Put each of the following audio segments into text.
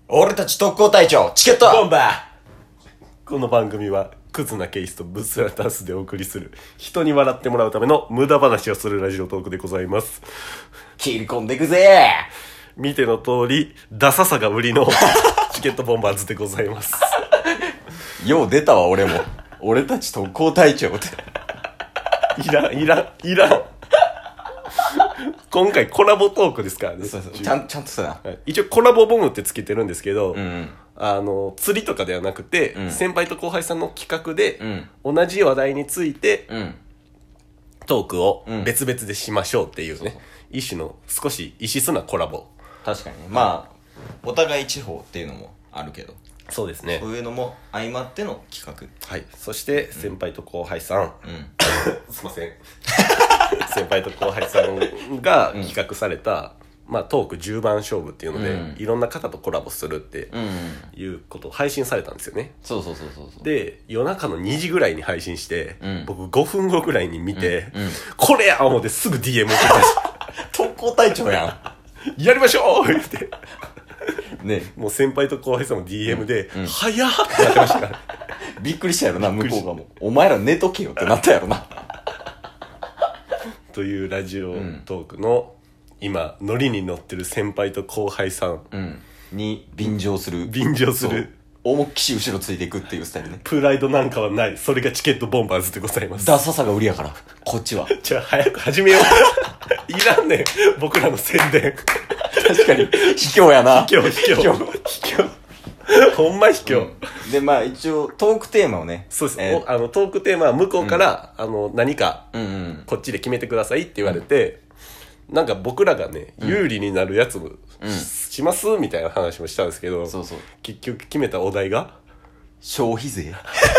俺たち特攻隊長チケットボンバー。この番組はクズなケースとブスラダンスでお送りする人に笑ってもらうための無駄話をするラジオトークでございます。 切り込んでいくぜ。 見ての通りダサさが売りのチケットボンバーズでございます。 よう出たわ俺も。俺たち特攻隊長っていらん今回コラボトークですからね。 そうちゃんとさ、 はい、一応コラボボムってつけてるんですけど、 うん釣りとかではなくて、 うん、 先輩と後輩さんの企画で、 うん、 同じ話題について、 うん、 トークを別々でしましょうっていうね、一種の少し異質なコラボ。 確かにね。まあお互い地方っていうのもあるけど、 そうですね。 そういうのも相まっての企画。 はい。そして先輩と後輩さん、すいません先輩と後輩さんが企画された、まあトーク10番勝負っていうので、いろんな方とコラボするっていうことを配信されたんですよね。 そうで、夜中の2時ぐらいに配信して、僕5分後ぐらいに見て、これや思ってすぐ DM 送ったし特攻隊長やんやりましょうって言ってね、 もう先輩と後輩さんも DM で、早っってなってましたからびっくりしたやろな、向こうがもうお前ら寝とけよってなったやろなというラジオトークの、今ノリに乗ってる先輩と後輩さん、 に便乗する思いっきし後ろついていくっていうスタイルね。 プライドなんかはない。それがチケットボンバーズでございます。 ダサさが売りやからこっちは。 じゃあ早く始めよういらんねん僕らの宣伝。 確かに卑怯やな。 卑怯ほんま卑怯、 でまあ一応トークテーマをね、 そうです、トークテーマは向こうから、何か、こっちで決めてくださいって言われて、なんか僕らがね、有利になるやつも、しますみたいな話もしたんですけど、結局決めたお題が消費税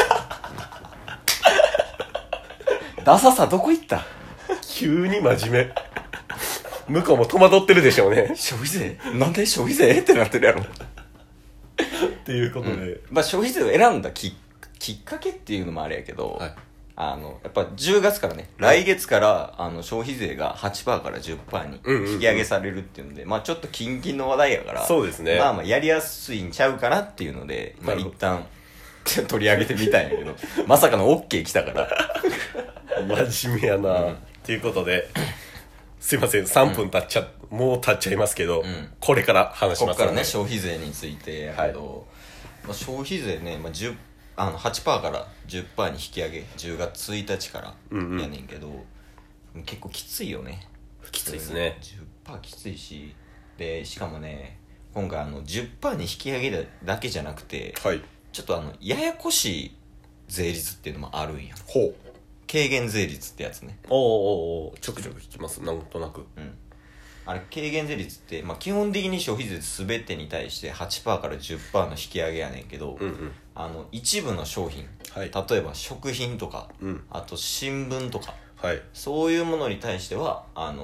ダサさどこ行った。 急に真面目向こうも戸惑ってるでしょうね。 消費税なんで消費税ってなってるやろっていうことで、 まあ消費税を選んだきっかけっていうのもあれやけど、 はい、 やっぱ10月からね、来月から消費税が 8% から 10% に引き上げされるっていうので、まあちょっとキンキンの話題やから、 そうですね、 まあやりやすいんちゃうかなっていうので、まあ一旦取り上げてみたんやけどまさかの OK 来たから真面目やな、っていうことですいません3分経っちゃ、もう経っちゃいますけど、これから話しますので、 ここからね消費税についてやけど、まあ、消費税ね、まあ、8% から 10% に引き上げ10月1日からやねんけど、結構きついよね。 きついですね。 10% きついし、でしかもね今回10% に引き上げるだけじゃなくて、ちょっとややこしい税率っていうのもあるんや。 ほう。 軽減税率ってやつね。 おちょくちょく聞きます、なんとなく。 あれ軽減税率って、まあ、基本的に消費税全てに対して 8% から 10% の引き上げやねんけど、一部の商品、例えば食品とか、あと新聞とか、そういうものに対しては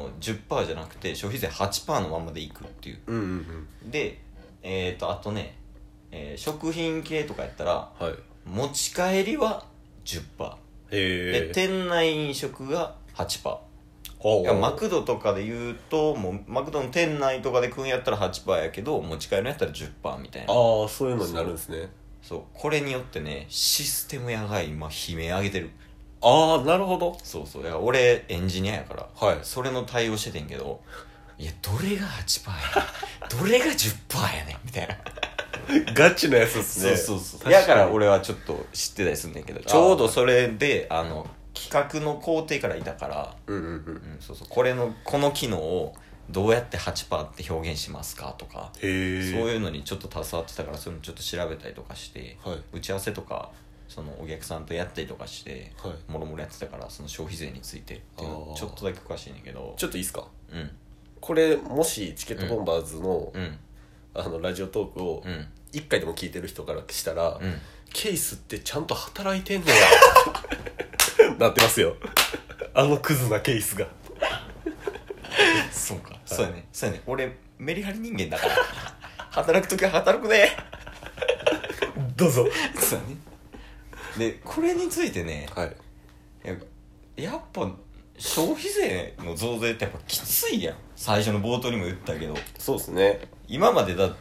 10% じゃなくて消費税 8% のままでいくっていう、であとね、食品系とかやったら、持ち帰りは 10%で店内飲食が 8%。いやマクドとかで言うともうマクドの店内とかで食うんやったら 8% やけど持ち帰りのやったら 10% みたいな。 そういうのになるんですね。 そうこれによってねシステム屋が今悲鳴上げてる。 なるほど。 いや俺エンジニアやから、それの対応しててんけど、いやどれが 8% やどれが 10% やねんみたいなガチなやつですね。 そうだから俺はちょっと知ってたりするんだけど、ちょうどそれで企画の工程からいたから、この機能をどうやって 8% って表現しますかとか、そういうのにちょっと携わってたから、そういうのちょっと調べたりとかして、打ち合わせとかそのお客さんとやったりとかして、もろもろやってたから、その消費税についてっていうのちょっとだけ詳しいんだけど。 ちょっといいですか。これもしチケットボンバーズの、ラジオトークを1回でも聞いてる人からしたら、ケースってちゃんと働いてんのやなってますよクズなケースがそうか、そうやね俺メリハリ人間だから働くときは働くねどうぞ。 そうやね。でこれについてね、やっぱ消費税の増税ってやっぱきついやん。最初の冒頭にも言ったけど、 そうですね。 今までだって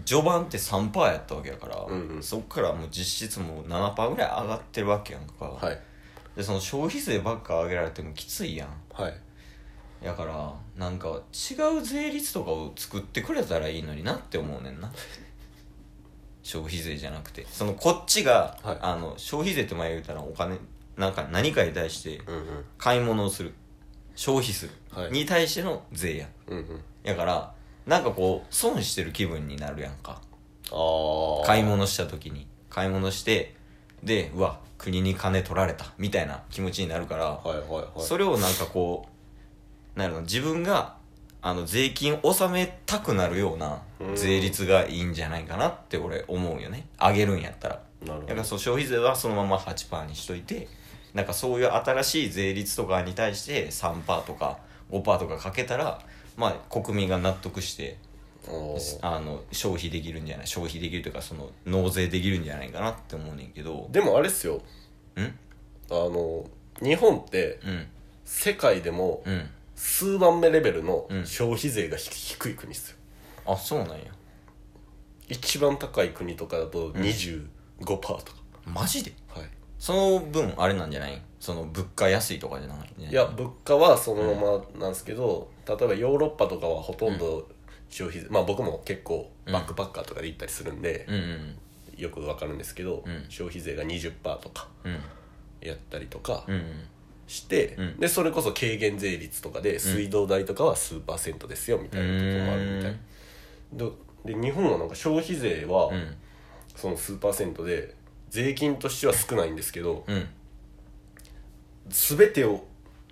序盤って 3% やったわけやから、 うんうん、 そっからもう実質もう 7% ぐらい上がってるわけやんか、 はい、 でその消費税ばっか上げられてもきついやん、 はい、 だからなんか違う税率とかを作ってくれたらいいのになって思うねんな消費税じゃなくてそのこっちが、はい、消費税って前言うたらお金なんか何かに対して買い物をする消費する、はい、に対しての税や、うんうん、だからなんかこう損してる気分になるやんか。買い物した時に買い物してでうわ国に金取られたみたいな気持ちになるから、はいはいはい、それをなんかこうなんやろな自分が税金を納めたくなるような税率がいいんじゃないかなって俺思うよね。上げるんやったら。だからそう消費税はそのまま 8% にしといてなんかそういう新しい税率とかに対して 3% とか 5% とかかけたらまあ国民が納得して消費できるんじゃない消費できるというかその納税できるんじゃないかなって思うねんけど。 でもあれっすよ日本って、うん、世界でも、うん数番目レベルの消費税が低い国っすよ、 あ、そうなんや。 一番高い国とかだと 25% とか、 マジで？ はい。 その分あれなんじゃない？その物価安いとかじゃない？ いや物価はそのままなんですけど、例えばヨーロッパとかはほとんど消費税、まあ僕も結構バックパッカーとかで行ったりするんで、よくわかるんですけど、消費税が 20% とかやったりとか、して、でそれこそ軽減税率とかで水道代とかは数%ですよみたいなところもあるみたいで日本はなんか消費税はその数%で税金としては少ないんですけど、全てを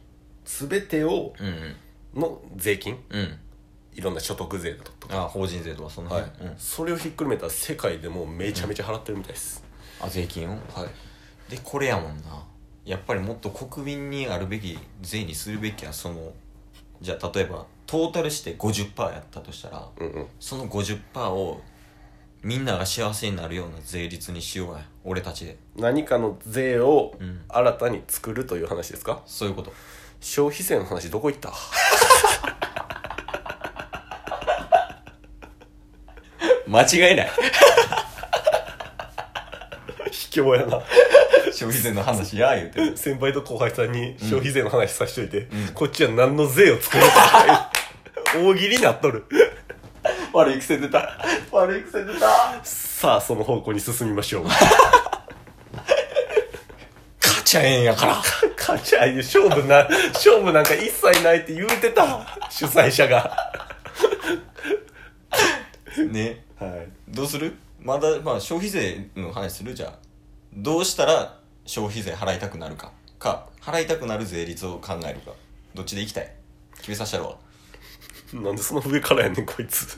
の税金、いろんな所得税とか法人税とかその辺、 それをひっくるめたら世界でもめちゃめちゃ払ってるみたいです、 税金を。でこれやもんな、やっぱりもっと国民にあるべき税にするべきはじゃあ例えばトータルして 50% やったとしたら、その 50% をみんなが幸せになるような税率にしようや、俺たちで。 何かの税を新たに作るという話ですか？ そういうこと。 消費税の話どこ行った間違いない卑怯やな消費税の話や言うて先輩と後輩さんに消費税の話さしといて、こっちは何の税を作るか大喜利になっとる悪い癖出たさあその方向に進みましょう勝ちゃえんやから勝ちゃえん勝負なんか一切ないって言うてた主催者がね、はい、どうする？まだ消費税の話する？じゃあどうしたら消費税払いたくなるか払いたくなる税率を考えるか、どっちでいきたい？決めさせたろ。 なんでその上からやねんこいつ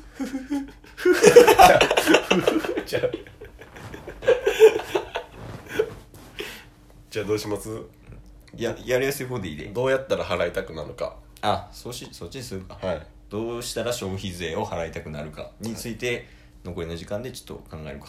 じゃあどうします？ やりやすい方でいいで。 どうやったら払いたくなるか。 そっちにするか。 はい。 どうしたら消費税を払いたくなるかについて残りの時間でちょっと考えるか。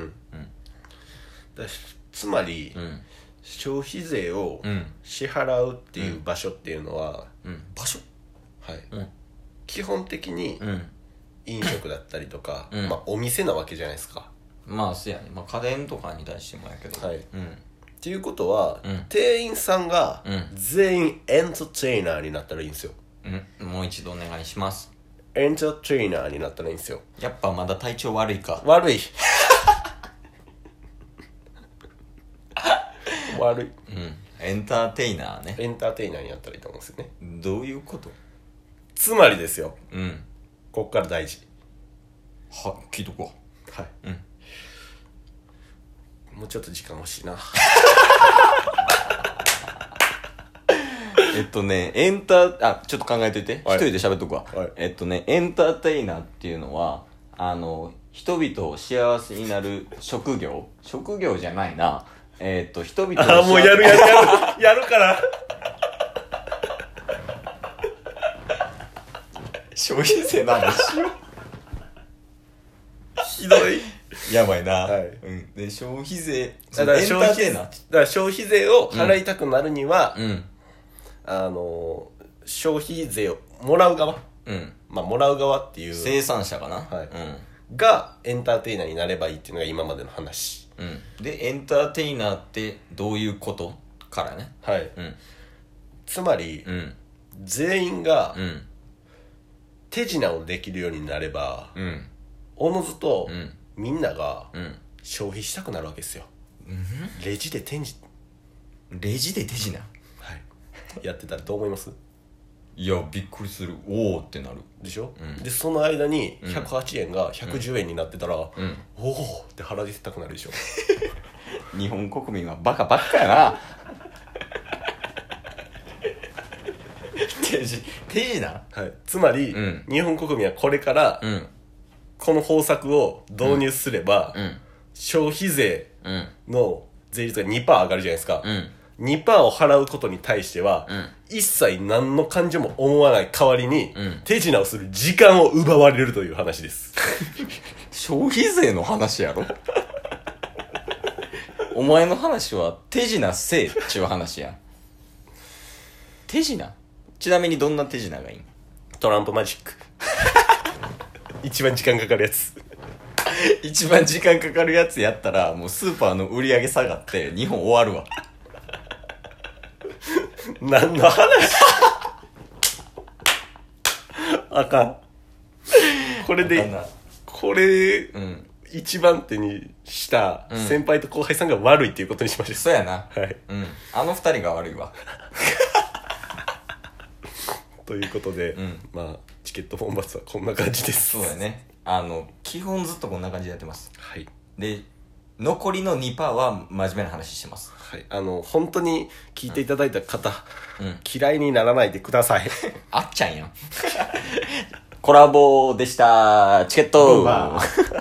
つまり、消費税を支払うっていう場所っていうのは、 場所？ はい、基本的に飲食だったりとか、お店なわけじゃないですか。 そうやね。家電とかに対してもやけど。 はい。っていうことは、店員さんが全員エンターテイナーになったらいいんですよ。 もう一度お願いします。 エンターテイナーになったらいいんですよ。 やっぱまだ体調悪いか。 悪い悪い。 エンターテイナーね。 エンターテイナーになったらいいと思うんですよね。 どういうこと？ つまりですよ。こっから大事。 聞いとこう。はい。もうちょっと時間欲しいな。 ちょっと考えといて。一人で喋っとくわ。エンターテイナーっていうのは、人々を幸せになる職業じゃないな。人々をもうやるから消費税の話しよう。 ひどい。 やばいな。 はい。 で、消費税、 だから消費税を払いたくなるには、消費税をもらう側。もらう側っていう。 生産者かな。 はい。 がエンターテイナーになればいいっていうのが今までの話。 でエンターテイナーってどういうことからね。 はい、つまり、全員が、手品をできるようになれば、おのずと、みんなが、消費したくなるわけですよ。レジで手品やってたらどう思います？ いやびっくりする。おおってなるでしょ、でその間に108円が110円になってたら、おおって腹出てたくなるでしょ。 日本国民はバカばっかやな。手品、 はい、つまり、日本国民はこれから、この方策を導入すれば、消費税の税率が 2% 上がるじゃないですか、2% を払うことに対しては、一切何の感情も思わない代わりに、手品をする時間を奪われるという話です。 消費税の話やろ。お前の話は手品せえっちゅう話やん。手品？ちなみにどんな手品がいいん？ トランプマジック。一番時間かかるやつ。 一番時間かかるやつやったらもうスーパーの売り上げ下がって日本終わるわ。 何の話？あかん。これで一番手にした先輩と後輩さんが悪いっていうことにしましょう。 そうやな。 はい。 あの二人が悪いわ。 ということで、まあチケットボンバスはこんな感じです。 そうだね。基本ずっとこんな感じでやってます。 はい。 で残りの 2% は真面目な話してます。 はい。本当に聞いていただいた方、嫌いにならないでください。 あっちゃんやん。コラボでした。チケット